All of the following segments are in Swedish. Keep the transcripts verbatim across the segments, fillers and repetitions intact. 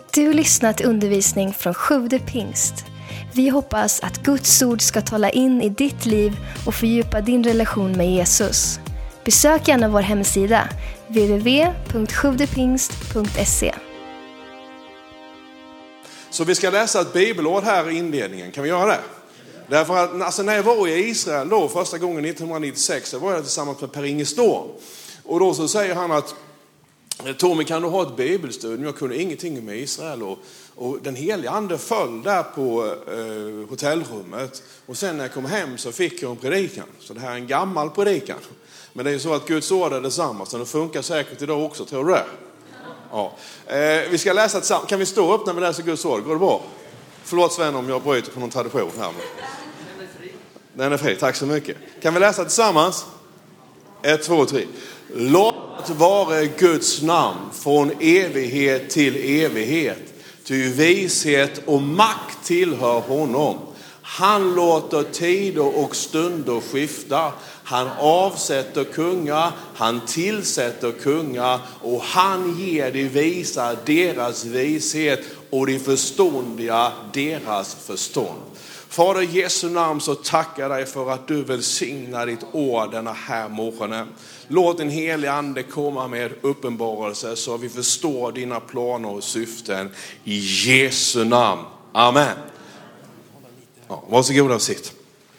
Du lyssnat till undervisning från Sjude Pingst. Vi hoppas att Guds ord ska tala in i ditt liv och fördjupa din relation med Jesus. Besök gärna vår hemsida w w w punkt sjuvdepingst punkt se. Så vi ska läsa ett bibelord här i inledningen. Kan vi göra det? Därför att alltså, när jag var i Israel då, första gången nittonhundranittiosex, så var jag tillsammans med Per-Inge Storm. Och då så säger han att Tommy, kan du ha ett bibelstöd? Jag kunde ingenting med Israel. Och, och den heliga ande föll där på eh, hotellrummet. Och sen när jag kom hem så fick jag en predikan. Så det här är en gammal predikan. Men det är ju så att Guds ord är detsamma. Så det funkar säkert idag också, tror du det? Ja. Eh, vi ska läsa ett, kan vi stå upp när vi läser Guds ord? Går det bra? Förlåt Sven om jag bryter på någon tradition här. Den är fri. Den är fri, tack så mycket. Kan vi läsa tillsammans? Ett, två, tre. Låt vara Guds namn från evighet till evighet. Ty vishet och makt tillhör honom. Han låter tider och stunder skifta. Han avsätter kungar, han tillsätter kungar och han ger de visa deras vishet och de förståndiga deras förstånd. Fader Jesu namn, så tackar dig för att du välsignar ditt ord denna här morgonen. Låt den heliga ande komma med uppenbarelse så vi förstår dina planer och syften i Jesu namn. Amen. Ja, varsågoda och sitt.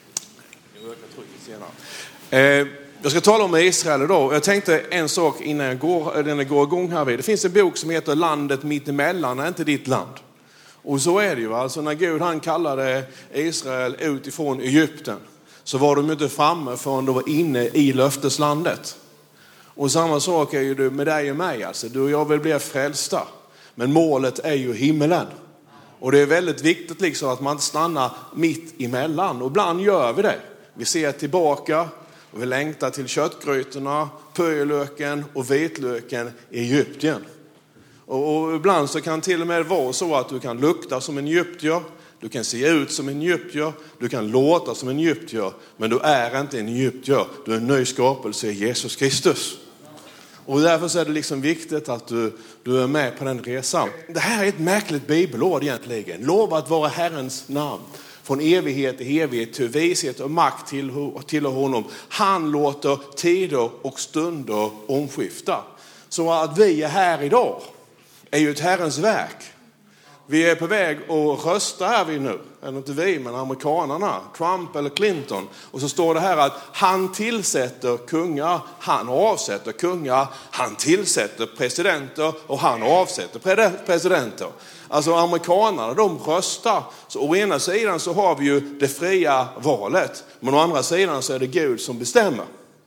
Jag ska tala om Israel idag. Jag tänkte en sak innan jag går, den går igång här vid. Det finns en bok som heter Landet mittemellan är inte ditt land. Och så är det ju. Alltså när Gud han kallade Israel utifrån Egypten så var de inte framme förrän de var inne i löfteslandet. Och samma sak är ju det med dig och mig. Alltså, du och jag vill bli frälsta. Men målet är ju himmelen. Och det är väldigt viktigt liksom att man inte stannar mitt emellan. Och ibland gör vi det. Vi ser tillbaka och vi längtar till köttgrytorna, purjolöken och vitlöken i Egypten. Och, och ibland så kan till och med vara så att du kan lukta som en egyptier. Du kan se ut som en egyptier. Du kan låta som en egyptier. Men du är inte en egyptier. Du är en ny skapelse i Jesus Kristus. Och därför så är det liksom viktigt att du, du är med på den resan. Det här är ett märkligt bibelord egentligen. Lova att vara Herrens namn. Från evighet till evighet, till vishet och makt till, till honom. Han låter tider och stunder omskifta. Så att vi är här idag är ju ett Herrens verk. Vi är på väg att rösta här vi nu. Eller inte vi, men amerikanerna. Trump eller Clinton. Och så står det här att han tillsätter kungar. Han avsätter kungar. Han tillsätter presidenter. Och han avsätter presidenter. Alltså amerikanerna, de röstar. Så å ena sidan så har vi ju det fria valet. Men å andra sidan så är det Gud som bestämmer.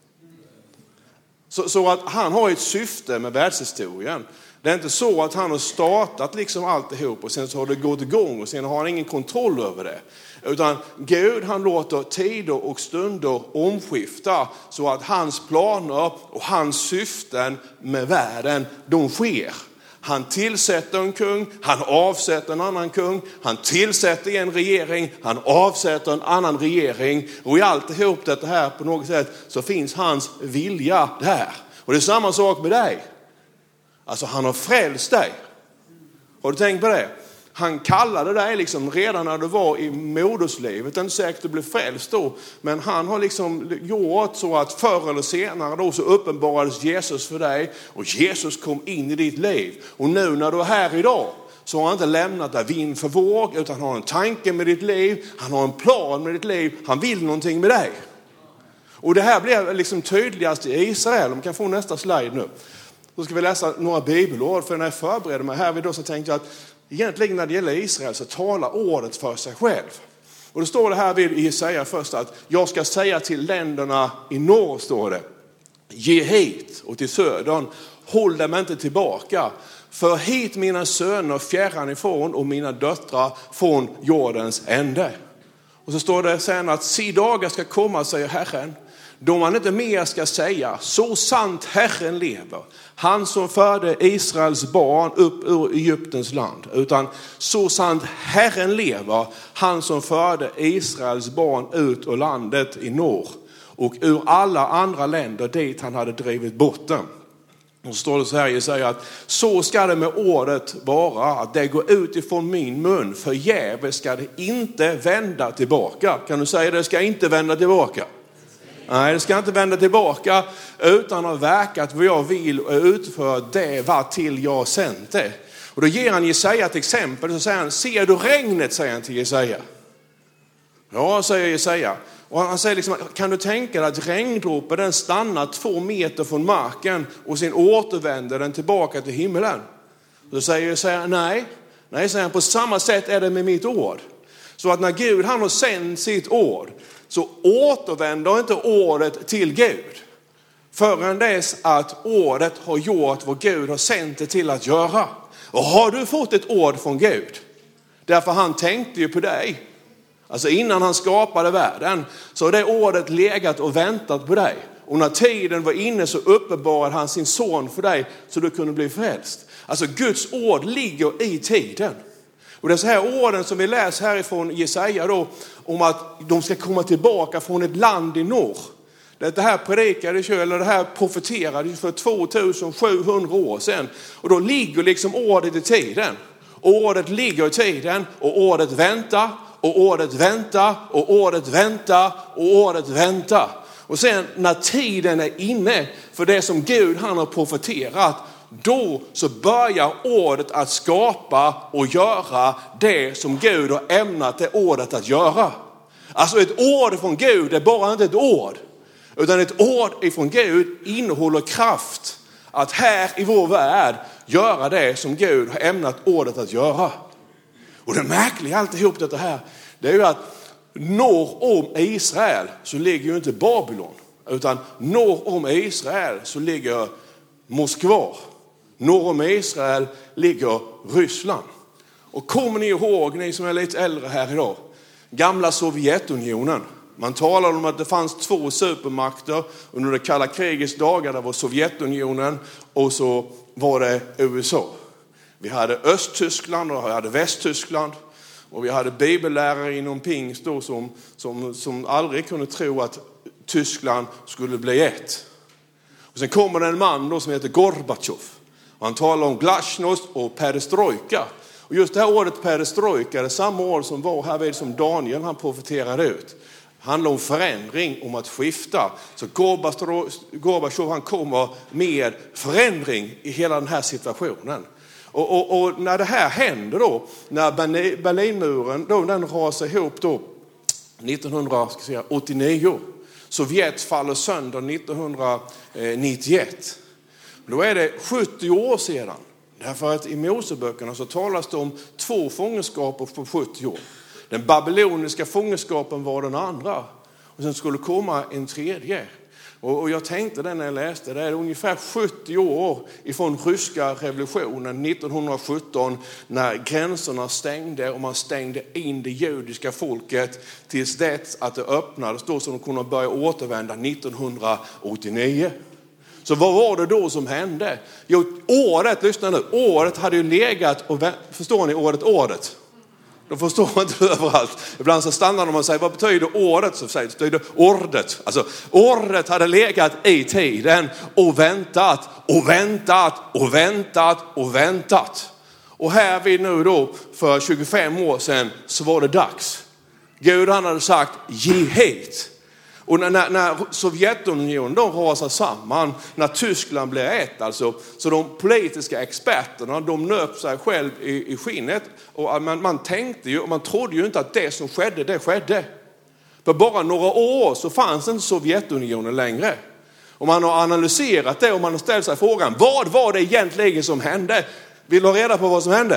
Så, så att han har ett syfte med världshistorien. Det är inte så att han har startat liksom alltihop och sen så har det gått igång och sen har han ingen kontroll över det. Utan Gud han låter tider och stunder omskifta så att hans planer och hans syften med världen, de sker. Han tillsätter en kung, han avsätter en annan kung, han tillsätter en regering, han avsätter en annan regering. Och i alltihop detta här på något sätt så finns hans vilja där. Och det är samma sak med dig. Alltså han har frälst dig. Har du tänkt på det? Han kallade dig liksom redan när du var i moderslivet. Det är inte säkert att du blev frälst då. Men han har liksom gjort så att förr eller senare då så uppenbarades Jesus för dig. Och Jesus kom in i ditt liv. Och nu när du är här idag så har han inte lämnat dig vind för våg. Utan han har en tanke med ditt liv. Han har en plan med ditt liv. Han vill någonting med dig. Och det här blir liksom tydligast i Israel. Man kan få nästa slide nu. Då ska vi läsa några bibelord. För när jag förberedde mig här vid då så tänkte jag att egentligen när det gäller Israel så talar ordet för sig själv. Och då står det här vid Jesaja först att jag ska säga till länderna i norr, står det. Ge hit och till södern, håll dem inte tillbaka. För hit mina söner fjärran ifrån och mina döttrar från jordens ände. Och så står det sen att se dagar ska komma, säger Herren. Då man inte mer ska säga, så sant Herren lever. Han som förde Israels barn upp ur Egyptens land. Utan så sant Herren lever. Han som förde Israels barn ut ur landet i norr. Och ur alla andra länder dit han hade drivit bort dem. Och så står det så här, jag säger att så ska det med ordet vara, att det går ut ifrån min mun, förgäves ska det inte vända tillbaka. Kan du säga det ska inte vända tillbaka? Nej, det ska inte vända tillbaka utan att verka att vad jag vill och utför det var till jag sänt det. Och då ger han Jesaja ett exempel, så säger han, ser du regnet, säger han till Jesaja. Ja, säger Jesaja. Och han säger liksom, kan du tänka dig att regndroppen den stannar två meter från marken och sen återvänder den tillbaka till himmelen? Då säger Jesaja, nej. Nej, säger han, på samma sätt är det med mitt ord. Så att när Gud han har sänt sitt ord så återvänder inte ordet till Gud förrän dess att ordet har gjort vad Gud har sänt det till att göra. Och har du fått ett ord från Gud, därför han tänkte ju på dig. Alltså innan han skapade världen så har det ordet legat och väntat på dig. Och när tiden var inne så uppenbarade han sin son för dig så du kunde bli frälst. Alltså Guds ord ligger i tiden. Och det är så här orden som vi läser härifrån Jesaja då, om att de ska komma tillbaka från ett land i norr. Det här predikades ju, eller det här profeterades för tvåtusensjuhundra år sedan. Och då ligger liksom ordet i tiden. Och ordet ligger i tiden och ordet väntar och ordet väntar och ordet väntar och ordet väntar. Och sen när tiden är inne för det som Gud han har profeterat, då så börjar ordet att skapa och göra det som Gud har ämnat det ordet att göra. Alltså ett ord från Gud är bara inte ett ord. Utan ett ord ifrån Gud innehåller kraft att här i vår värld göra det som Gud har ämnat ordet att göra. Och det märkliga alltihop det här, det är ju att norr om Israel så ligger ju inte Babylon. Utan norr om Israel så ligger Moskva. Norr om Israel ligger Ryssland. Och kommer ni ihåg, ni som är lite äldre här idag, gamla Sovjetunionen. Man talar om att det fanns två supermakter under det kalla krigets dagar. Det var Sovjetunionen och så var det U S A. Vi hade Östtyskland och vi hade Västtyskland. Och vi hade bibellärare inom pingst då som, som, som aldrig kunde tro att Tyskland skulle bli ett. Och sen kommer det en man då som heter Gorbachev. Och han talar om glasnost och perestrojka. Och just det här ordet perestrojka är samma ord som var här vid som Daniel han profeterade ut. Handlar om förändring, om att skifta. Så Gorbachev han kommer med förändring i hela den här situationen. Och, och, och när det här händer då, när Berlinmuren då, den rasar ihop då nittonhundraåttionio. Sovjet faller sönder nittonhundranittioett. Då är det sjuttio år sedan. Därför att i Moseböckerna så talas det om två fångenskaper på sjuttio år. Den babyloniska fångenskapen var den andra. Och sen skulle komma en tredje. Och, och jag tänkte det när jag läste. Det är ungefär sjuttio år ifrån ryska revolutionen nittonhundrasjutton. När gränserna stängde och man stängde in det judiska folket. Tills det att det öppnades då som de kunde börja återvända nittonhundraåttionio. Så vad var det då som hände? Jo, året, lyssna nu. Året hade ju legat och, förstår ni året, året? De förstår inte överallt. Ibland så stannar de och säger, vad betyder året? Så säger det betyder ordet. Alltså, året hade legat i tiden och väntat och väntat och väntat och väntat. Och här vid nu då, för tjugofem år sedan, så var det dags. Gud han hade sagt, ge hit. Och när, när, när Sovjetunionen de rasar samman, när Tyskland blir ett, alltså, så de politiska experterna, de nöp sig själv i, i skinnet. Och man, man tänkte ju, och man trodde ju inte att det som skedde, det skedde. För bara några år så fanns inte Sovjetunionen längre. Och man har analyserat det och man har ställt sig frågan, vad var det egentligen som hände? Vill du ha reda på vad som hände?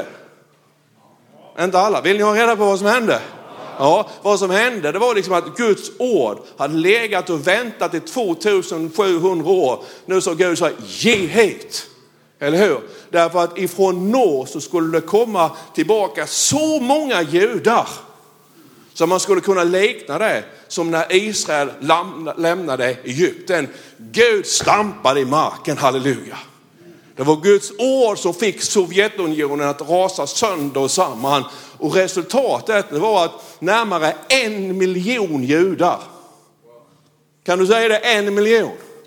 Inte alla. Vill ni ha reda på vad som hände? Ja, vad som hände, det var liksom att Guds ord hade legat och väntat i tvåtusensjuhundra år. Nu så Gud sa, ge hit. Eller hur? Därför att ifrån norr så skulle det komma tillbaka så många judar. Så man skulle kunna likna det som när Israel lämnade Egypten. Gud stampade i marken, halleluja. Det var Guds ord som fick Sovjetunionen att rasa sönder och samman. Och resultatet var att närmare en miljon judar. Kan du säga det? En miljon.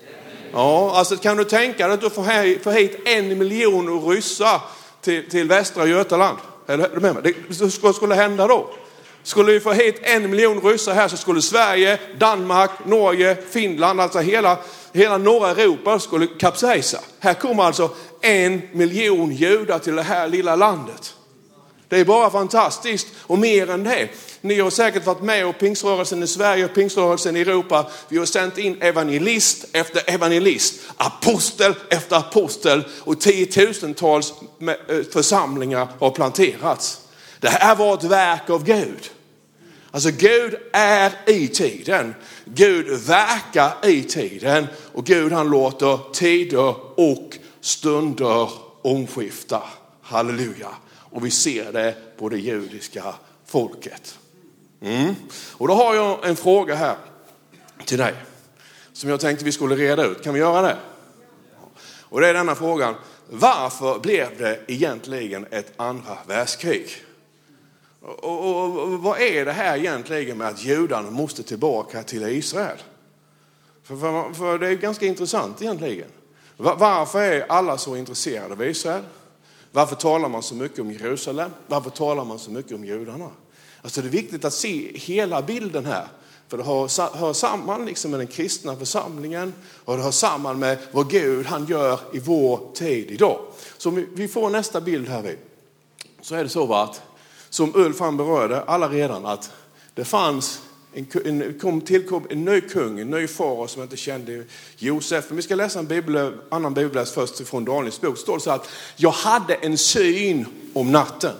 Ja, alltså kan du tänka dig att du får hit en miljon ryssar till, till västra Götaland? Är du med mig? Det, vad skulle hända då? Skulle vi få hit en miljon ryssar här så skulle Sverige, Danmark, Norge, Finland, alltså hela, hela norra Europa skulle kapsejsa. Här kommer alltså en miljon judar till det här lilla landet. Det är bara fantastiskt och mer än det. Ni har säkert varit med och pingströrelsen i Sverige och pingströrelsen i Europa. Vi har sänt in evangelist efter evangelist, apostel efter apostel och tiotusentals församlingar har planterats. Det här var ett verk av Gud. Alltså Gud är i tiden. Gud verkar i tiden. Och Gud han låter tider och stunder omskifta. Halleluja. Och vi ser det på det judiska folket. Mm. Och då har jag en fråga här till dig. Som jag tänkte vi skulle reda ut. Kan vi göra det? Och det är denna frågan. Varför blev det egentligen ett andra världskrig? Och, och, och vad är det här egentligen med att judarna måste tillbaka till Israel? För, för, för det är ganska intressant egentligen. Var, varför är alla så intresserade av Israel? Varför talar man så mycket om Jerusalem? Varför talar man så mycket om judarna? Alltså det är viktigt att se hela bilden här. För det hör, hör samman liksom med den kristna församlingen. Och det hör samman med vad Gud han gör i vår tid idag. Så om vi, vi får nästa bild här vid. Så är det så att, som Ulf han berörde alla redan, att det fanns en, en, kom, tillkom en ny kung, en ny farao som inte kände Josef. Men vi ska läsa en bibel, annan bibelläs först från Daniels bok. Det står så att jag hade en syn om natten.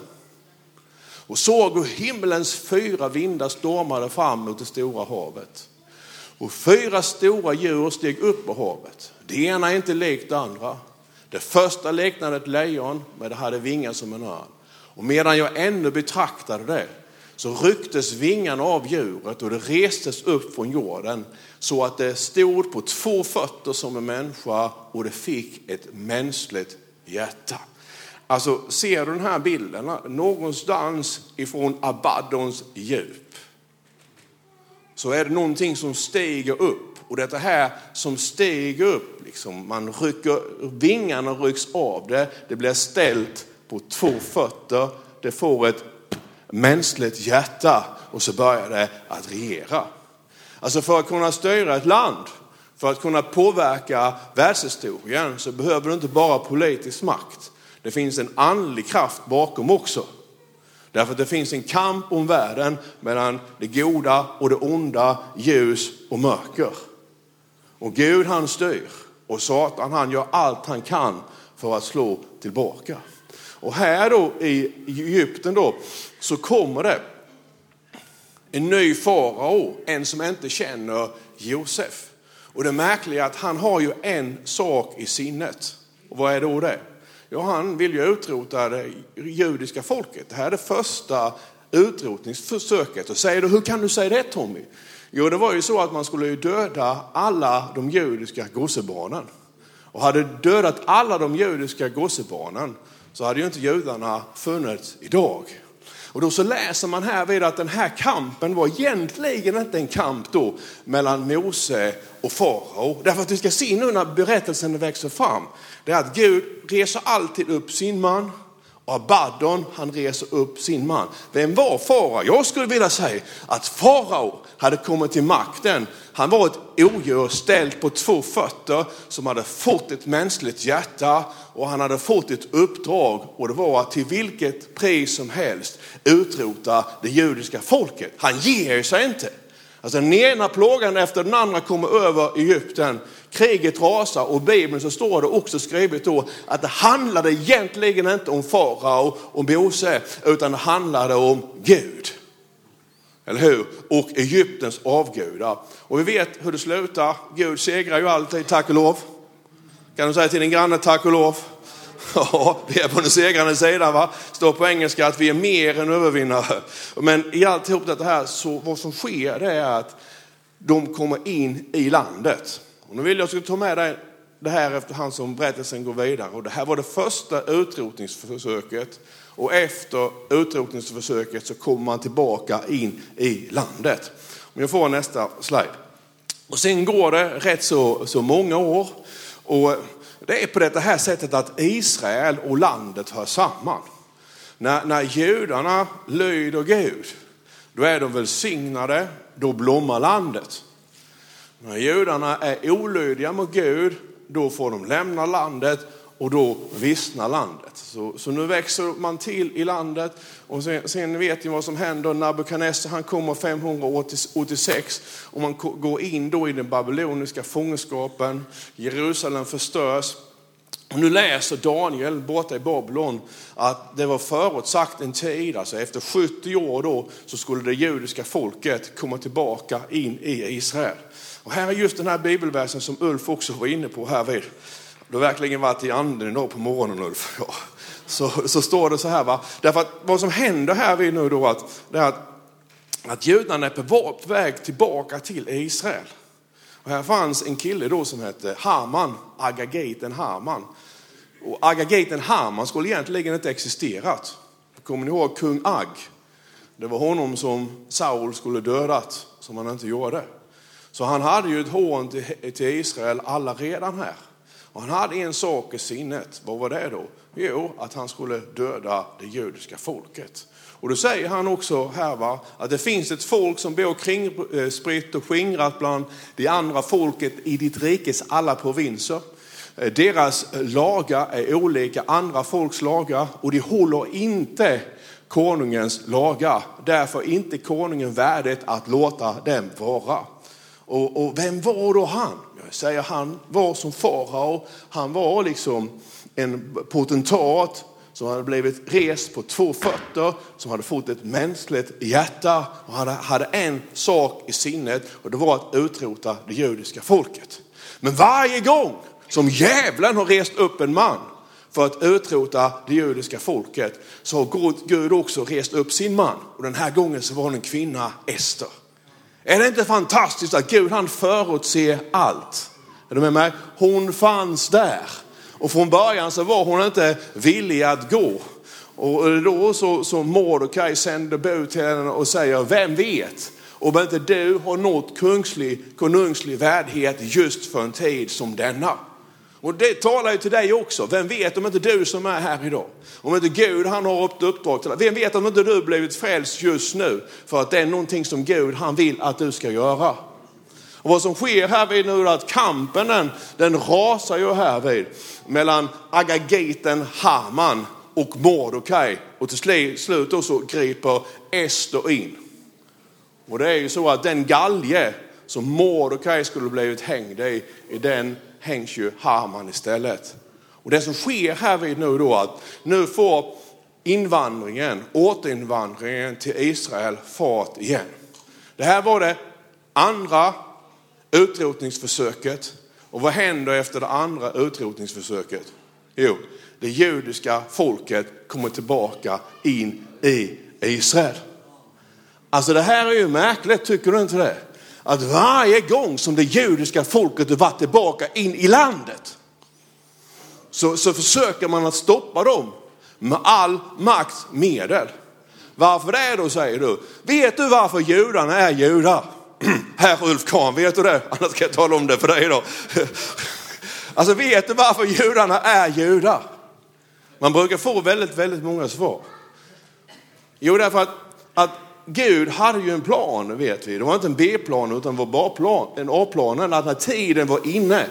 Och såg hur himmelens fyra vindar stormade fram mot det stora havet. Och fyra stora djur steg upp på havet. Det ena är inte likt det andra. Det första liknade ett lejon, men det hade vingar som en örn. Och medan jag ännu betraktade det, så rycktes vingarna av djuret och det restes upp från jorden. Så att det stod på två fötter som en människa och det fick ett mänskligt hjärta. Alltså ser du den här bilden någonstans ifrån Abaddons djup, så är det någonting som stiger upp. Och detta här som stiger upp, liksom, man rycker, vingarna rycks av det, det blir ställt på två fötter, det får ett mänskligt hjärta och så börjar det att regera. Alltså för att kunna styra ett land, för att kunna påverka världshistorien, så behöver du inte bara politisk makt. Det finns en andlig kraft bakom också. Därför att det finns en kamp om världen mellan det goda och det onda, ljus och mörker. Och Gud han styr och Satan han gör allt han kan för att slå tillbaka. Och här då i Egypten då så kommer det en ny farao, en som inte känner Josef. Och det märkliga är att han har ju en sak i sinnet. Och vad är då det? Ja, han vill ju utrota det judiska folket. Det här är det första utrotningsförsöket. Och säger du, hur kan du säga det, Tommy? Jo, det var ju så att man skulle ju döda alla de judiska gossebarnen. Och hade dödat alla de judiska gossebarnen så hade ju inte judarna funnits idag. Och då så läser man här vid att den här kampen var egentligen inte en kamp då mellan Mose och farao. Därför att vi ska se nu när berättelsen växer fram. Det är att Gud reser alltid upp sin man. Och Abaddon han reser upp sin man. Vem var farao? Jag skulle vilja säga att farao hade kommit till makten. Han var ett odjur ställt på två fötter som hade fått ett mänskligt hjärta. Och han hade fått ett uppdrag, och det var att till vilket pris som helst utrota det judiska folket. Han ger sig inte. Alltså den ena plågan efter den andra kommer över Egypten. Kriget rasar, och i Bibeln så står det också skrivet då att det handlade egentligen inte om farao och Mose, utan det handlade om Gud. Eller hur? Och Egyptens avgudar. Och vi vet hur det slutar. Gud segrar ju alltid, tack och lov. Kan du säga till din granne tack och lov? Ja, vi är på den segrande sidan, va? Står på engelska att vi är mer än övervinnare. Men i alltihop det här, så vad som sker det är att de kommer in i landet. Och nu vill jag ska ta med dig det här efterhand som berättelsen går vidare. Och det här var det första utrotningsförsöket. Och efter utrotningsförsöket så kommer man tillbaka in i landet. Om jag får nästa slide. Och sen går det rätt så, så många år. Och det är på det här sättet att Israel och landet hör samman. När, när judarna lyder Gud, då är de välsignade, då blommar landet. När judarna är olydiga mot Gud, då får de lämna landet och då vissnar landet. Så, så nu växer man till i landet och sen, sen vet ni vad som händer. Nabukadnessar, han kommer femhundraåttiosex och man går in då i den babyloniska fångenskapen. Jerusalem förstörs. Och nu läser Daniel borta i Babylon att det var förutsagt en tid, alltså efter sjuttio år då, så skulle det judiska folket komma tillbaka in i Israel. Och här är just den här bibelversen som Ulf också var inne på här vid. Du har verkligen varit i anden idag på morgonen, Ulf. Ja. Så, så står det så här, va? Därför att vad som händer här vid nu då, att, det är att, att judarna är på väg tillbaka till Israel. Och här fanns en kille då som hette Haman, Agagiten Haman. Och Agagiten Haman skulle egentligen inte existerat. Kommer ni ihåg kung Ag? Det var honom som Saul skulle dödat, som han inte gjorde. Så han hade ju ett hån till, till Israel alla redan här. Och han hade en sak i sinnet. Vad var det då? Jo, att han skulle döda det judiska folket. Och då säger han också här, va, att det finns ett folk som bor kring, spritt och skingrat bland det andra folket i ditt rikes alla provinser. Deras lagar är olika andra folks lagar och de håller inte konungens lagar. Därför är inte konungen värdigt att låta dem vara. Och, och vem var då han? Jag säger han var som farao. Han var liksom en potentat som hade blivit rest på två fötter, som hade fått ett mänskligt hjärta och hade, hade en sak i sinnet, och det var att utrota det judiska folket. Men varje gång som djävulen har rest upp en man för att utrota det judiska folket, så har Gud också rest upp sin man. Och den här gången så var det en kvinna, Ester. Är det inte fantastiskt att Gud, han förutser allt? Är du med mig? Hon fanns där. Och från början så var hon inte villig att gå. Och då så, så Mordecai sänder bud till henne och säger, vem vet om inte du har nått kungslig, konungslig värdighet just för en tid som denna. Och det talar ju till dig också. Vem vet om inte du som är här idag, om inte Gud, han har upp uppdrag till dig. Vem vet om inte du blivit frälst just nu, för att det är någonting som Gud, han vill att du ska göra. Och vad som sker här vid nu är att kampen den, den rasar ju här vid mellan Agagiten Haman och Mordecai. Och till slut då så griper Ester in. Och det är ju så att den galge som Mordecai skulle blivit hängd i, i den hängs ju Haman istället. Och det som sker här vid nu då, att nu får invandringen, återinvandringen till Israel fart igen. Det här var det andra utrotningsförsöket. Och vad händer efter det andra utrotningsförsöket? Jo, det judiska folket kommer tillbaka in i Israel. Alltså det här är ju märkligt, tycker du inte det? Att varje gång som det judiska folket har varit tillbaka in i landet, så, så försöker man att stoppa dem med all makt medel. Varför det då, säger du? Vet du varför judarna är judar? Herr Ulf Kahn, vet du det? Annars ska jag tala om det för dig då. Alltså vet du varför judarna är judar? Man brukar få väldigt, väldigt många svar. Jo, därför att, att Gud hade ju en plan, vet vi. Det var inte en B-plan utan det var bara plan, en A-planen, att när tiden var inne,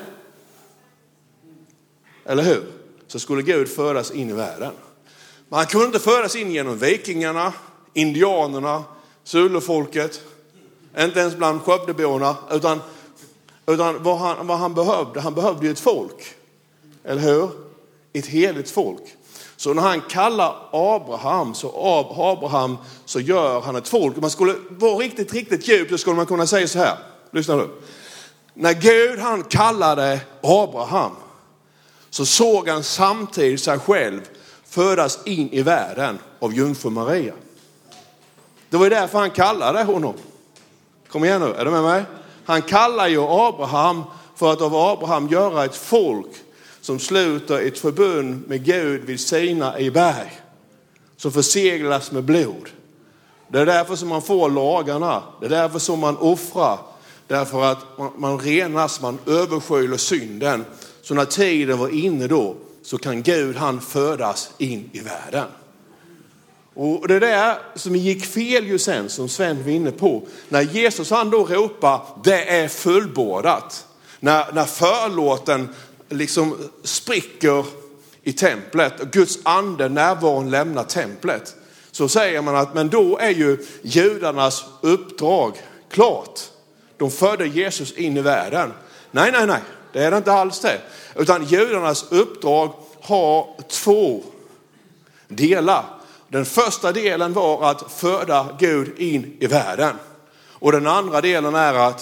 eller hur, så skulle Gud föras in i världen. Man kunde inte föras in genom vikingarna, indianerna, Zulufolket, inte ens bland Skövdeborna, utan, utan vad, han, vad han behövde, han behövde ju ett folk, eller hur? Ett heligt folk. Så när han kallar Abraham, så av Abraham så gör han ett folk. Man skulle vara riktigt, riktigt djupt, så skulle man kunna säga så här. Lyssna nu. När Gud, han kallade Abraham, så såg han samtidigt sig själv födas in i världen av jungfru Maria. Det var därför han kallade honom. Kom igen nu, är du med mig? Han kallar ju Abraham för att av Abraham göra ett folk som sluter ett förbund med Gud vid Sina i berg, som förseglas med blod. Det är därför som man får lagarna. Det är därför som man offrar. Därför att man, man renas, man överskyler synden, Så när tiden var inne då så kan Gud han födas in i världen. Och det där som gick fel ju sen, som Sven var inne på, när Jesus han då ropar, det är fullbordat. När, när förlåten liksom spricker i templet och Guds ande närvaron lämnar templet, så säger man att men då är ju judarnas uppdrag klart. De förde Jesus in i världen. Nej, nej, nej, det är det inte alls det. Utan judarnas uppdrag har två delar. Den första delen var att föda Gud in i världen. Och den andra delen är att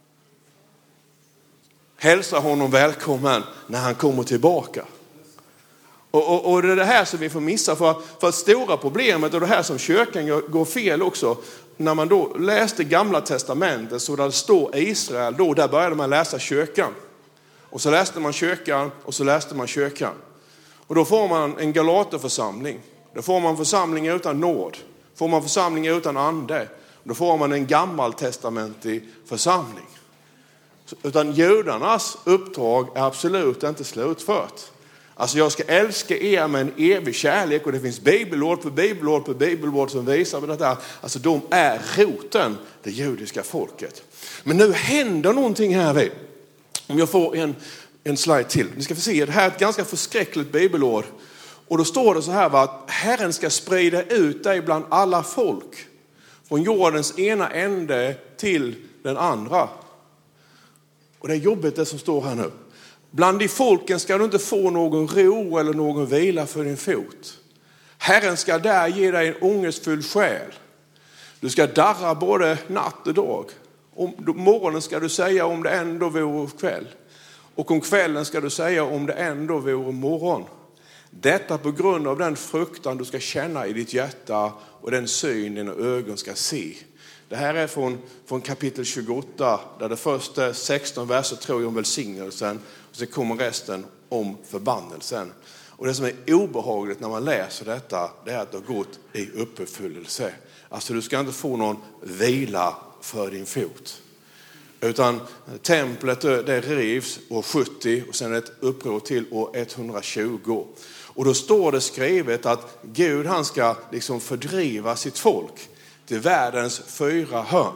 hälsa honom välkommen när han kommer tillbaka. Och, och, och det är det här som vi får missa, för, för att stora problemet och det här som kyrkan går fel också. När man då läste gamla testamentet så där det står Israel, då där började man läsa kyrkan. Och så läste man kyrkan och så läste man kyrkan. Och då får man en Galaterförsamling. Då får man församling utan nåd. Får man församling utan ande. Då får man en gammaltestamentlig församling. Utan judarnas uppdrag är absolut inte slutfört. Alltså jag ska älska er med en evig kärlek, och det finns bibelord på bibelord på bibelord som visar på detta. Alltså de är roten, det judiska folket. Men nu händer någonting här vid. Om jag får en, en slide till. Ni ska få se, det här är ett ganska förskräckligt bibelord. Och då står det så här, va, att Herren ska sprida ut dig bland alla folk. Från jordens ena ände till den andra. Och det är jobbigt det som står här nu. Bland de folken ska du inte få någon ro eller någon vila för din fot. Herren ska där ge dig en ångestfull själ. Du ska darra både natt och dag. Om morgonen ska du säga om det ändå vore kväll. Och om kvällen ska du säga om det ändå vore morgon. Detta på grund av den fruktan du ska känna i ditt hjärta och den syn dina ögon ska se. Det här är från, från kapitel tjugoåtta, där det första sexton verser tror jag om välsignelsen, och så kommer resten om förbannelsen. Och det som är obehagligt när man läser detta, det är att det har gått i uppfyllelse. Alltså du ska inte få någon vila för din fot. Utan templet det rivs år sjuttio och sen ett uppror till år etthundratjugo. Och då står det skrivet att Gud han ska liksom fördriva sitt folk till världens fyra hörn.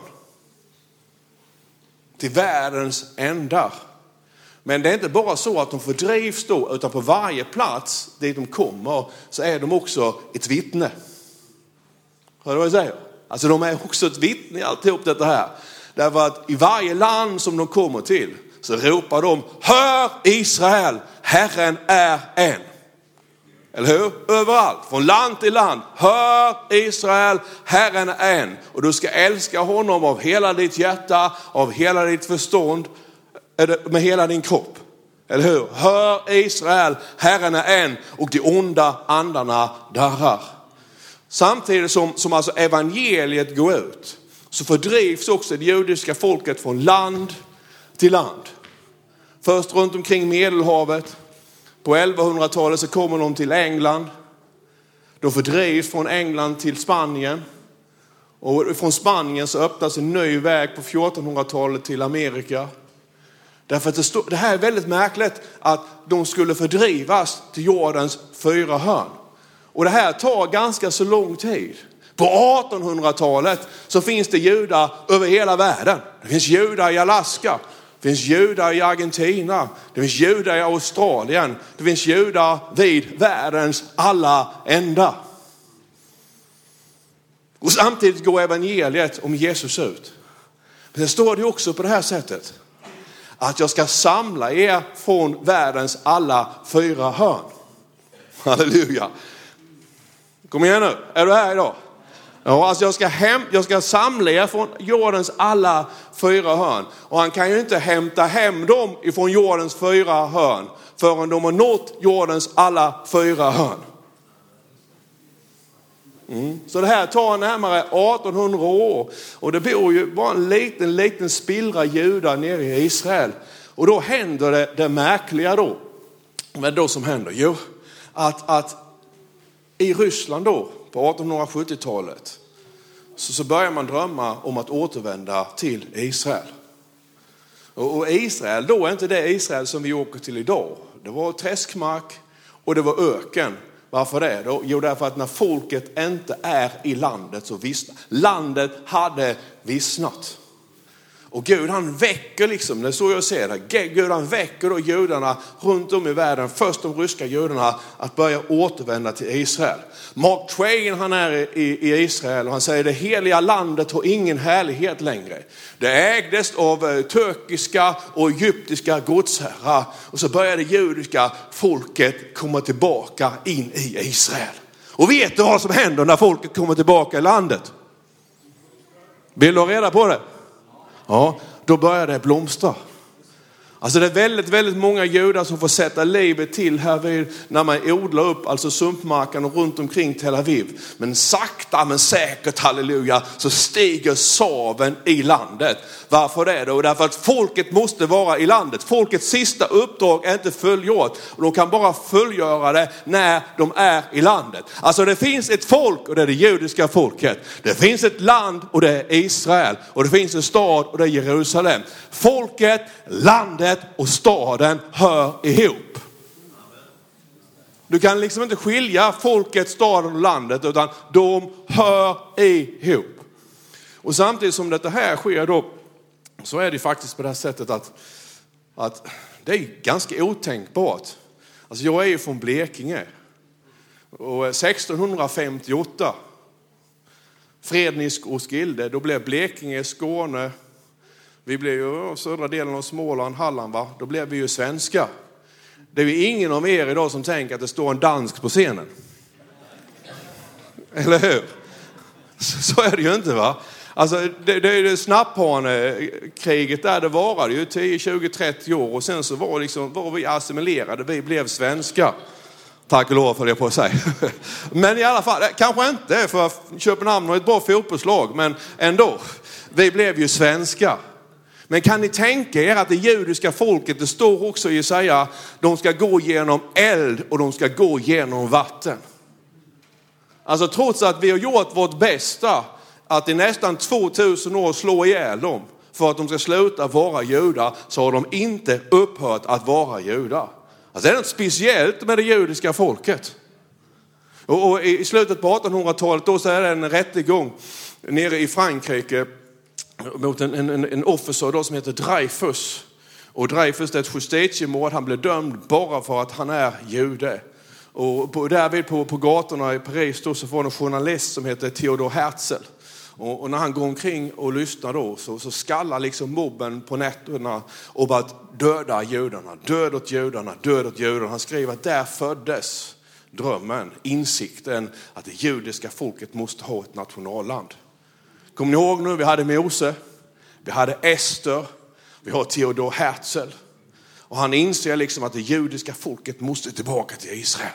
Till världens ändar. Men det är inte bara så att de fördrivs då, utan på varje plats dit de kommer så är de också ett vittne. Hör du vad jag säger? Alltså de är också ett vittne i alltihop detta här. Därför att i varje land som de kommer till så ropar de: hör Israel, Herren är en. Eller hur? Överallt, från land till land. Hör Israel, Herren är en. Och du ska älska honom av hela ditt hjärta, av hela ditt förstånd, med hela din kropp. Eller hur? Hör Israel, Herren är en, och de onda andarna darrar. Samtidigt som, som alltså evangeliet går ut, så fördrivs också det judiska folket från land till land. Först runt omkring Medelhavet. På elvahundratalet så kommer de till England. De fördrivs från England till Spanien. Och från Spanien så öppnas en ny väg på fjortonhundratalet till Amerika. Därför att det, stod, det här är väldigt märkligt att de skulle fördrivas till jordens fyra hörn. Och det här tar ganska så lång tid. På artonhundratalet så finns det judar över hela världen. Det finns judar i Alaska. Det finns judar i Argentina. Det finns judar i Australien. Det finns judar vid världens alla ändar. Och samtidigt går evangeliet om Jesus ut. Men det står det också på det här sättet. Att jag ska samla er från världens alla fyra hörn. Halleluja. Kom igen nu. Är du här idag? Ja, alltså jag ska, hem, jag ska samla er från jordens alla fyra hörn. Och han kan ju inte hämta hem dem ifrån jordens fyra hörn förrän de har nått jordens alla fyra hörn. Mm. Så det här tar närmare artonhundra år. Och det bor ju bara en liten, liten spillra judar nere i Israel. Och då händer det, det märkliga då. Vad är det då som händer? Jo, att, att i Ryssland då, på artonhundrasjuttiotalet, så, så börjar man drömma om att återvända till Israel. Och Israel, då är inte det Israel som vi åker till idag. Det var träskmark och det var öken. Varför det då? Jo, därför att när folket inte är i landet så vissnar. Landet hade vissnat. Och Gud han väcker liksom, det är så jag ser det. Gud han väcker då judarna runt om i världen, först de ryska judarna, att börja återvända till Israel. Mark Twain han är i, i Israel och han säger det heliga landet har ingen härlighet längre. Det ägdes av turkiska och egyptiska godsherrar och så började det judiska folket komma tillbaka in i Israel. Och vet du vad som händer när folket kommer tillbaka i landet? Vill du ha reda på det? Ja, då börjar det blomstra. Alltså det är väldigt, väldigt många judar som får sätta livet till här vid, när man odlar upp alltså sumpmarken och runt omkring Tel Aviv. Men sakta men säkert, halleluja, så stiger saven i landet. Varför det då? Därför att folket måste vara i landet. Folkets sista uppdrag är inte fullgjort. Och de kan bara fullgöra det när de är i landet. Alltså det finns ett folk och det är det judiska folket. Det finns ett land och det är Israel. Och det finns en stad och det är Jerusalem. Folket, landet och staden hör ihop. Du kan liksom inte skilja folket, staden och landet, utan de hör ihop. Och samtidigt som detta här sker då, så är det faktiskt på det här sättet att, att det är ganska otänkbart. Alltså jag är ju från Blekinge. Och sexton femtioåtta, freden i Skilde, då blev Blekinge, Skåne, vi blev ju södra delen av Småland, Halland, va? Då blev vi ju svenska. Det är ju ingen av er idag som tänker att det står en dansk på scenen. Eller hur? Så är det ju inte, va? Alltså det, det är det snapphanekriget där, det varade ju tio, tjugo, trettio år och sen så var, liksom, var vi assimilerade, vi blev svenska. Tack och lov för det på sig. Men i alla fall, kanske inte för Köpenhamn har ett bra fotbollslag, men ändå. Vi blev ju svenska. Men kan ni tänka er att det judiska folket, det står också i Jesaja, de ska gå genom eld och de ska gå genom vatten. Alltså trots att vi har gjort vårt bästa att i nästan tvåtusen år slå ihjäl dem för att de ska sluta vara judar, så har de inte upphört att vara judar. Alltså det är något speciellt med det judiska folket. Och, och i slutet på artonhundratalet då så är det en rättegång nere i Frankrike mot en, en, en officer då som heter Dreyfus. Och Dreyfus, det är ett justitiemord, han blev dömd bara för att han är jude. Och på, därvid på, på gatorna i Paris då så var det en journalist som heter Theodor Herzl. Och, och när han går omkring och lyssnar då så, så skallar liksom mobben på nätterna och bara döda judarna, död åt judarna, död åt judarna. Han skriver att där föddes drömmen, insikten att det judiska folket måste ha ett nationalland. Kommer ni ihåg nu, vi hade Mose, vi hade Ester, vi har Theodor Herzl. Och han inser liksom att det judiska folket måste tillbaka till Israel.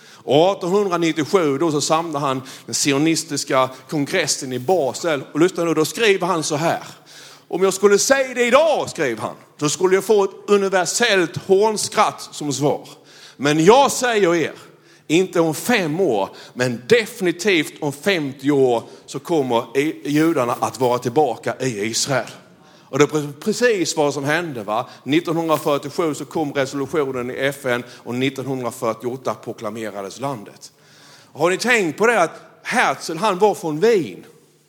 arton nittiosju då så samlar han den sionistiska kongressen i Basel. Och lyssna nu, då skriver han så här. Om jag skulle säga det idag, skrev han, då skulle jag få ett universellt hånskratt som svar. Men jag säger er, inte om fem år, men definitivt om femtio år så kommer judarna att vara tillbaka i Israel. Och det är precis vad som hände, va? nittonhundrafyrtiosju så kom resolutionen i F N och nittonhundrafyrtioåtta proklamerades landet. Har ni tänkt på det att Herzl, han var från Wien?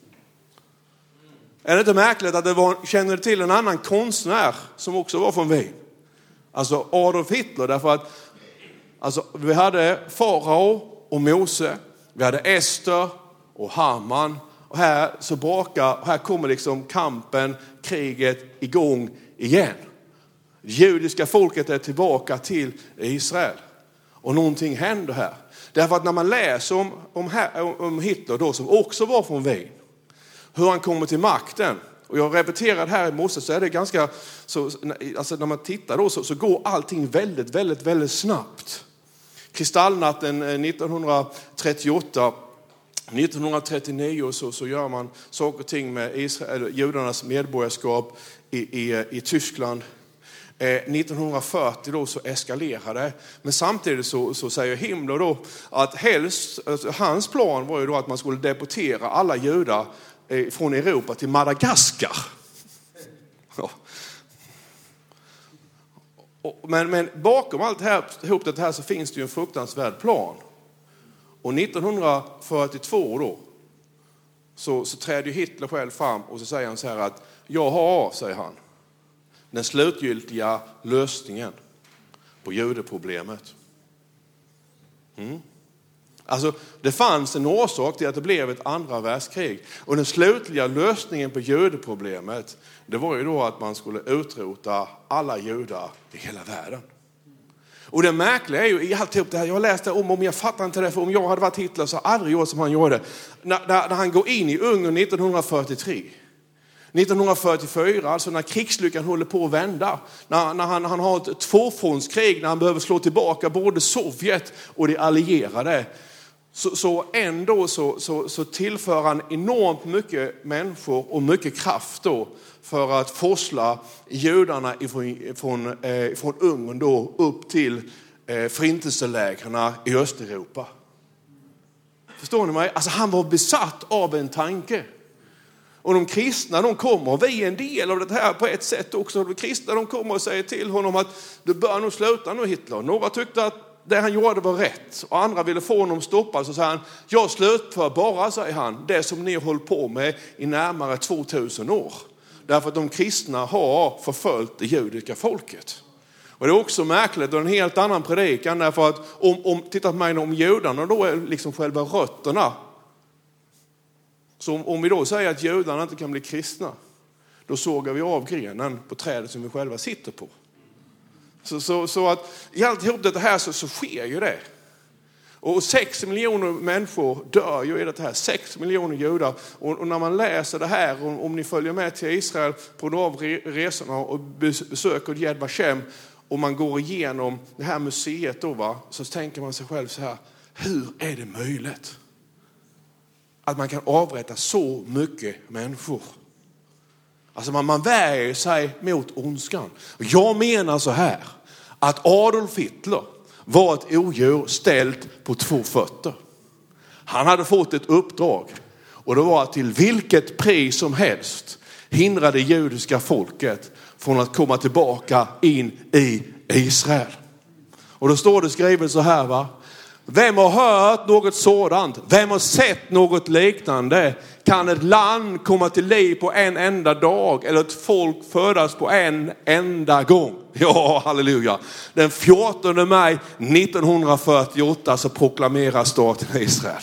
Är det inte märkligt att det var, känner till en annan konstnär som också var från Wien? Alltså Adolf Hitler, därför att alltså, vi hade Farao och Mose, vi hade Ester och Haman. Och här så brakar, här kommer liksom kampen, kriget igång igen. Det judiska folket är tillbaka till Israel. Och någonting händer här. Därför att när man läser om, om, här, om Hitler då, som också var från Wien, hur han kommer till makten. Och jag repeterar här i morse så är det ganska, så, alltså när man tittar då så, så går allting väldigt, väldigt, väldigt snabbt. Kristallnatten nittonhundratrettioåtta, nittonhundratrettionio så, så gör man saker och ting med Israel, judarnas medborgarskap i, i, i Tyskland. Eh, nittonhundrafyrtio då så eskalerar det. Men samtidigt så, så säger Himmler då att helst, alltså, hans plan var ju då att man skulle deportera alla judar eh, från Europa till Madagaskar. Ja. Och, men, men bakom allt det här, ihop det här så finns det ju en fruktansvärd plan. Och nittonhundrafyrtiotvå då så, så trädde Hitler själv fram och så säger han så här att jag har, säger han, den slutgiltiga lösningen på judeproblemet. Mm. Alltså det fanns en orsak till att det blev ett andra världskrig. Och den slutliga lösningen på judeproblemet, det var ju då att man skulle utrota alla judar i hela världen. Och det märkliga är ju i alltihop det här, jag har läst det om, om jag fattar inte det, för om jag hade varit Hitler så hade jag aldrig gjort som han gjorde. När, när, när han går in i Ungern nittonhundrafyrtiotre, nittonhundrafyrtiofyra, alltså när krigslyckan håller på att vända, när, när han, han har ett tvåfrontskrig, när han behöver slå tillbaka både Sovjet och de allierade, så, så ändå så, så, så tillför han enormt mycket människor och mycket kraft då för att forsla judarna ifrån, ifrån, eh, från Ungern då upp till eh, förintelselägren i Östeuropa. Förstår ni mig? Alltså han var besatt av en tanke. Och de kristna, de kommer, och vi är en del av det här på ett sätt också. De kristna, de kommer och säger till honom att du bör nog sluta nu, Hitler. Några tyckte att det han gjorde var rätt och andra ville få honom stoppad. Så säger han, jag slutför bara, säger han, det som ni har hållit på med i närmare tvåtusen år. Därför att de kristna har förföljt det judiska folket. Och det är också märkligt och en helt annan predikan. Därför att om, om titta på mig om judarna då är liksom själva rötterna. Så om, om vi då säger att judarna inte kan bli kristna, då sågar vi av grenen på trädet som vi själva sitter på. Så, så, så att i alltihop det här så, så sker ju det. Och sex miljoner människor dör ju i det här. Sex miljoner judar. Och, och när man läser det här, om, om ni följer med till Israel på de resorna och besöker Yad Vashem, och man går igenom det här museet då, va, så tänker man sig själv så här, hur är det möjligt att man kan avrätta så mycket människor? Alltså man, man värjer sig mot ondskan. Jag menar så här, att Adolf Hitler var ett odjur ställt på två fötter. Han hade fått ett uppdrag, och det var att till vilket pris som helst hindra det judiska folket från att komma tillbaka in i Israel. Och då står det skrivet så här, va? Vem har hört något sådant? Vem har sett något liknande? Kan ett land komma till liv på en enda dag? Eller ett folk födas på en enda gång? Ja, halleluja. Den fjortonde maj nittonhundrafyrtioåtta så proklameras staten Israel.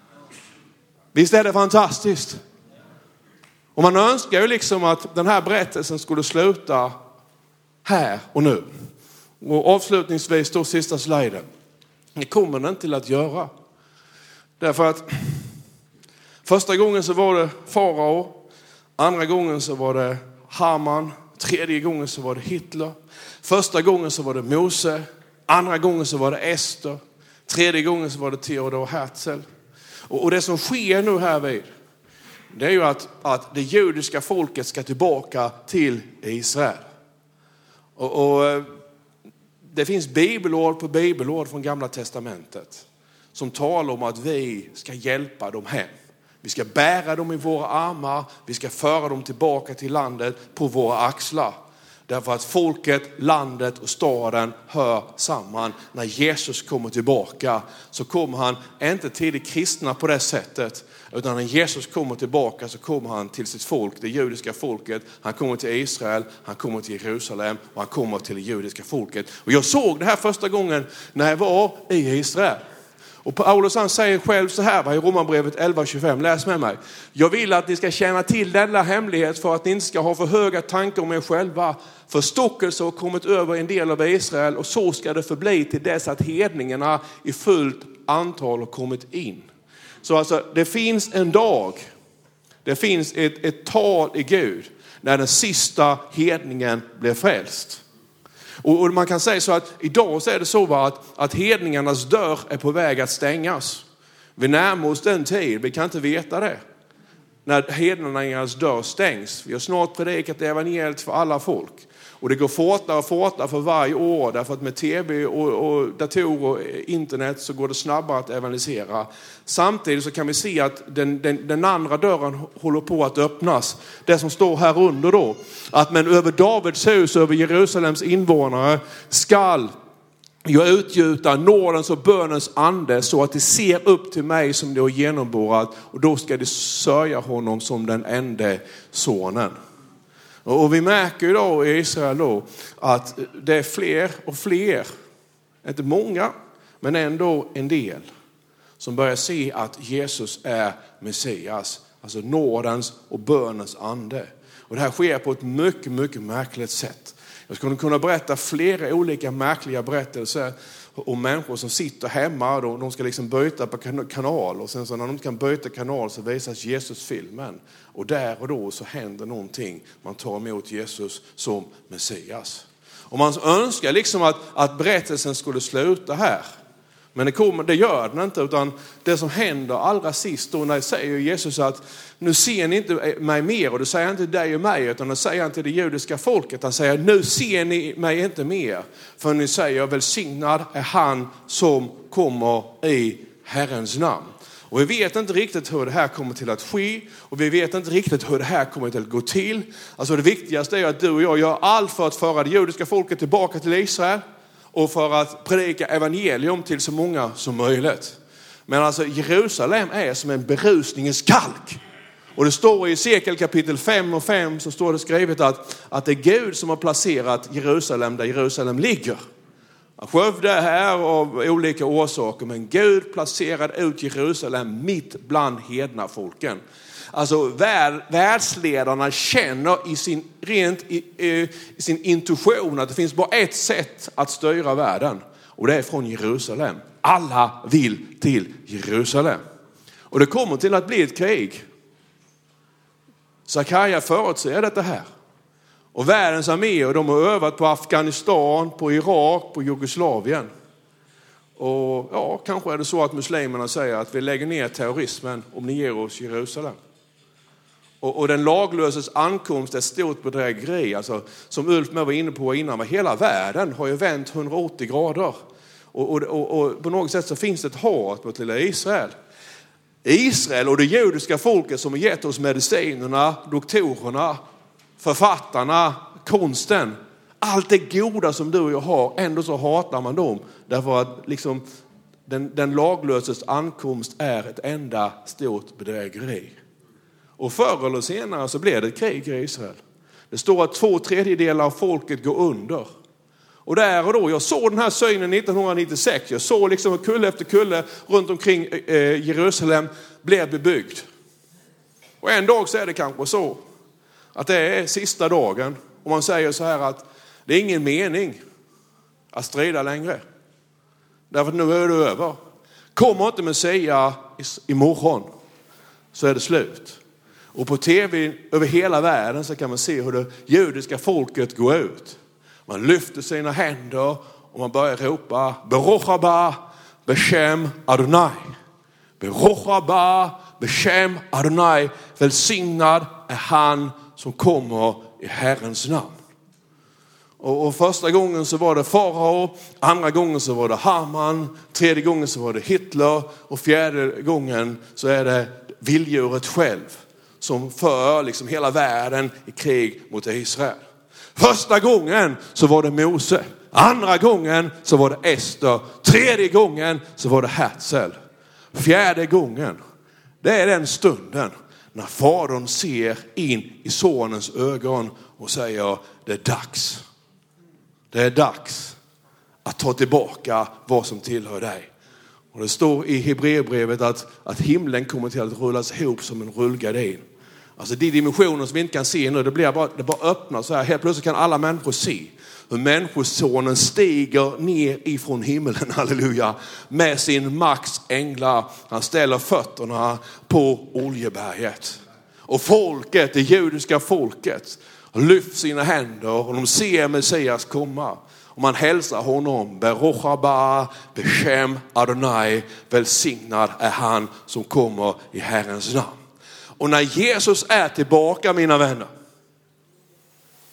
Visst är det fantastiskt? Och man önskar ju liksom att den här berättelsen skulle sluta här och nu. Och avslutningsvis då sista sliden. Det kommer den till att göra. Därför att första gången så var det farao. Andra gången så var det Haman. Tredje gången så var det Hitler. Första gången så var det Mose. Andra gången så var det Ester. Tredje gången så var det Theodor Herzl. Och, och det som sker nu här vid, det är ju att, att det judiska folket ska tillbaka till Israel. Och... och det finns bibelord på bibelord från Gamla testamentet som talar om att vi ska hjälpa dem hem. Vi ska bära dem i våra armar. Vi ska föra dem tillbaka till landet på våra axlar. Därför att folket, landet och staden hör samman. När Jesus kommer tillbaka så kommer han inte till de kristna på det sättet. Utan när Jesus kommer tillbaka så kommer han till sitt folk, det judiska folket. Han kommer till Israel, han kommer till Jerusalem och han kommer till det judiska folket. Och jag såg det här första gången när jag var i Israel. Och Paulus han säger själv så här, va, i Romarbrevet elva tjugofem, läs med mig. Jag vill att ni ska känna till denna hemlighet för att ni inte ska ha för höga tankar om er själva. Förstockelse har kommit över en del av Israel, och så ska det förbli till dess att hedningarna i fullt antal har kommit in. Så alltså det finns en dag, det finns ett, ett tal i Gud när den sista hedningen blir frälst. Och, och man kan säga så att idag så är det så att, att hedningarnas dörr är på väg att stängas. Vi närmar oss den tid, vi kan inte veta det. När hedningarnas dörr stängs. Vi har snart predikat evangeliet för alla folk. Och det går fortare och fortare för varje år. Därför att med tv och, och datorer och internet så går det snabbare att evangelisera. Samtidigt så kan vi se att den, den, den andra dörren håller på att öppnas. Det som står här under då. Att men över Davids hus, över Jerusalems invånare skall jag utgjuta nådens och bönens ande så att det ser upp till mig som det har genomborrat. Och då ska det sörja honom som den enda sonen. Och vi märker ju då i Israel då att det är fler och fler, inte många, men ändå en del som börjar se att Jesus är Messias. Alltså nådens och bönens ande. Och det här sker på ett mycket, mycket märkligt sätt. Jag skulle kunna berätta flera olika märkliga berättelser om människor som sitter hemma och de ska liksom byta på kanal. Och sen så när de kan byta kanal så visas Jesus-filmen. Och där och då så händer någonting. Man tar emot Jesus som Messias. Och man önskar liksom att, att berättelsen skulle sluta här. Men det, kommer, det gör den inte, utan det som händer allra sist då när säger Jesus att nu ser ni inte mig mer, och det säger han inte dig och mig, utan det säger han till det judiska folket. Han säger nu ser ni mig inte mer, för ni säger välsignad är han som kommer i Herrens namn. Och vi vet inte riktigt hur det här kommer till att ske, och vi vet inte riktigt hur det här kommer till att gå till. Alltså det viktigaste är att du och jag gör allt för att föra det judiska folket tillbaka till Israel. Och för att predika evangelium till så många som möjligt. Men alltså Jerusalem är som en berusningens kalk. Och det står i Hesekiel kapitel fem och fem så står det skrivet att, att det är Gud som har placerat Jerusalem där Jerusalem ligger. Skövde här av olika orsaker, men Gud placerade ut Jerusalem mitt bland hedna folken. Alltså värld, världsledarna känner i sin, rent i, i sin intuition att det finns bara ett sätt att styra världen. Och det är från Jerusalem. Alla vill till Jerusalem. Och det kommer till att bli ett krig. Zakaria förutser detta här. Och världens arméer, de har övat på Afghanistan, på Irak, på Jugoslavien. Och ja, kanske är det så att muslimerna säger att vi lägger ner terrorismen om ni ger oss Jerusalem. Och, och den laglöses ankomst är ett stort bedrägeri. Alltså, som Ulf med var inne på innan, hela världen har ju vänt hundraåttio grader. Och, och, och, och på något sätt så finns det ett hat mot lilla Israel. Israel och det judiska folket som har gett oss medicinerna, doktorerna, författarna, konsten. Allt det goda som du och jag har, ändå så hatar man dem. Därför att liksom, den, den laglöses ankomst är ett enda stort bedrägeri. Och förr eller senare så blev det ett krig i Israel. Det står att två tredjedelar av folket går under. Och där och då, jag såg den här synen nittonhundranittiosex. Jag såg liksom hur kulle efter kulle runt omkring eh, Jerusalem blev bebyggd. Och en dag så är det kanske så att det är sista dagen. Och man säger så här att det är ingen mening att strida längre. Därför att nu är det över. Kommer inte Messias imorgon så är det slut. Och på tv över hela världen så kan man se hur det judiska folket går ut. Man lyfter sina händer och man börjar ropa Baruch haba Beshem Adonai. Baruch haba Beshem Adonai. Välsignad är han som kommer i Herrens namn. Och, och första gången så var det farao, andra gången så var det Haman, tredje gången så var det Hitler och fjärde gången så är det vilddjuret själv som för liksom hela världen i krig mot Israel. Första gången så var det Mose, andra gången så var det Ester, tredje gången så var det Herzl. Fjärde gången, det är den stunden när fadern ser in i sonens ögon och säger det är dags. Det är dags att ta tillbaka vad som tillhör dig. Och det står i Hebreerbrevet att, att himlen kommer till att rullas ihop som en rullgardin. Alltså de dimensioner som vi inte kan se nu, det blir bara, det bara öppnar så här. Helt plötsligt kan alla människor se hur människosonen stiger ner ifrån himlen, halleluja, med sin makts änglar. Han ställer fötterna på Oljeberget. Och folket, det judiska folket, lyft sina händer och de ser Messias komma. Och man hälsar honom, Baruch haba Beshem Adonai, välsignad är han som kommer i Herrens namn. Och när Jesus är tillbaka, mina vänner,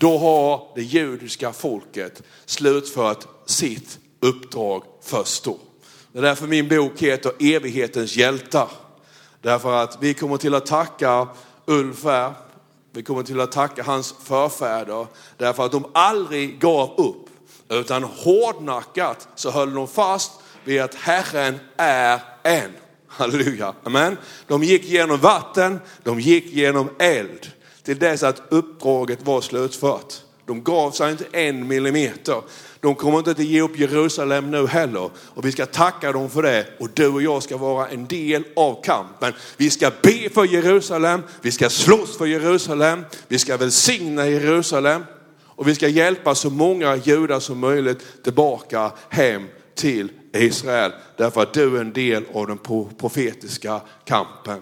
då har det judiska folket slutfört sitt uppdrag först då. Det är därför min bok heter Evighetens hjältar. Därför att vi kommer till att tacka Ulf här. Vi kommer till att tacka hans förfäder. Därför att de aldrig gav upp. Utan hårdnackat så höll de fast vid att Herren är en. Halleluja. Amen. De gick genom vatten. De gick genom eld. Till dess att uppdraget var slutfört. De gav sig inte en millimeter. De kommer inte att ge upp Jerusalem nu heller. Och vi ska tacka dem för det. Och du och jag ska vara en del av kampen. Vi ska be för Jerusalem. Vi ska slåss för Jerusalem. Vi ska välsigna Jerusalem. Och vi ska hjälpa så många judar som möjligt tillbaka hem till Israel. Därför att du är en del av den profetiska kampen.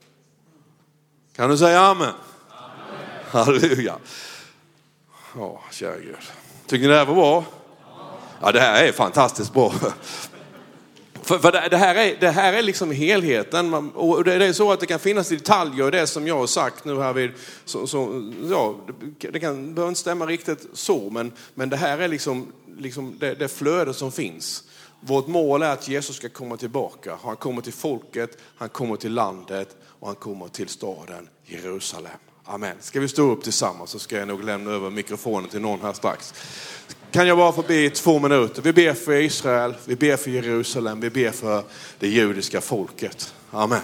Kan du säga amen? Amen. Halleluja. Ja, kära Gud. Tycker ni det här var bra? Ja, det här är fantastiskt bra. För, för det, det, här är, det här är liksom helheten. Man, och det, det är så att det kan finnas detaljer i det som jag har sagt nu här vid. Så, så, ja, det, det kan behöver inte stämma riktigt så. Men, men det här är liksom, liksom det, det flöde som finns. Vårt mål är att Jesus ska komma tillbaka. Han kommer till folket, han kommer till landet och han kommer till staden Jerusalem. Amen. Ska vi stå upp tillsammans så ska jag nog lämna över mikrofonen till någon här strax. Kan jag bara få be i två minuter. Vi ber för Israel, vi ber för Jerusalem, vi ber för det judiska folket. Amen.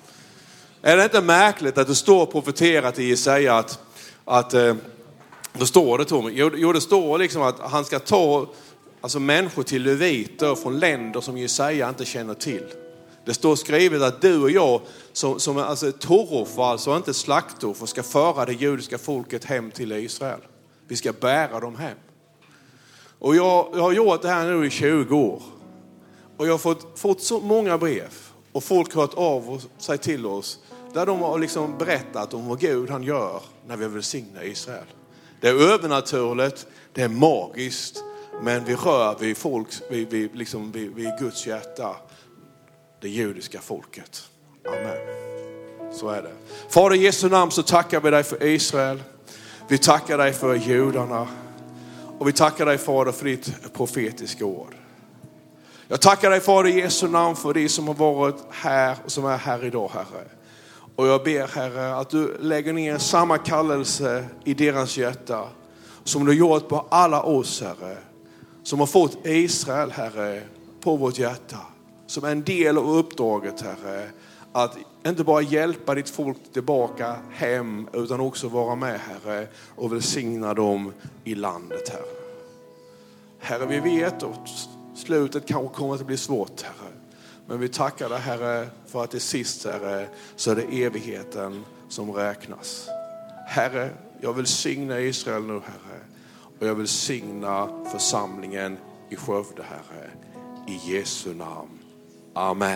Är det inte märkligt att det står profeterat i Jesaja att, att eh, då står det Tom, jo, jo det står liksom att han ska ta alltså människor till leviter från länder som Jesaja inte känner till. Det står skrivet att du och jag som, som alltså torroffer, alltså inte slaktoffer, ska föra det judiska folket hem till Israel. Vi ska bära dem hem. Och jag, jag har gjort det här nu i tjugo år. Och jag har fått, fått så många brev. Och folk har hört av sig till oss. Där de har liksom berättat om vad Gud han gör när vi välsignar Israel. Det är övernaturligt, det är magiskt. Men vi rör vid folk, vid, vid, liksom, vid, vid Guds hjärta. Det judiska folket. Amen. Så är det. Fader i Jesu namn så tackar vi dig för Israel. Vi tackar dig för judarna. Och vi tackar dig Fader för ditt profetiska ord. Jag tackar dig Fader i Jesu namn för de som har varit här och som är här idag Herre. Och jag ber Herre att du lägger ner samma kallelse i deras hjärta. Som du gjort på alla oss Herre. Som har fått Israel Herre på vårt hjärta. Som en del av uppdraget Herre. Att inte bara hjälpa ditt folk tillbaka hem utan också vara med Herre och välsigna dem i landet Herre. Herre vi vet att slutet kanske kommer att bli svårt Herre. Men vi tackar dig Herre för att det sist Herre så är det evigheten som räknas. Herre jag vill signa Israel nu Herre. Och jag vill signa församlingen i Skövde Herre. I Jesu namn. Amen.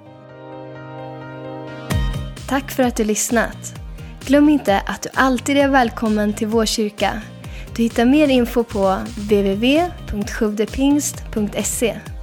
Tack för att du lyssnat. Glöm inte att du alltid är välkommen till vår kyrka. Du hittar mer info på w w w punkt skövdepingst punkt se.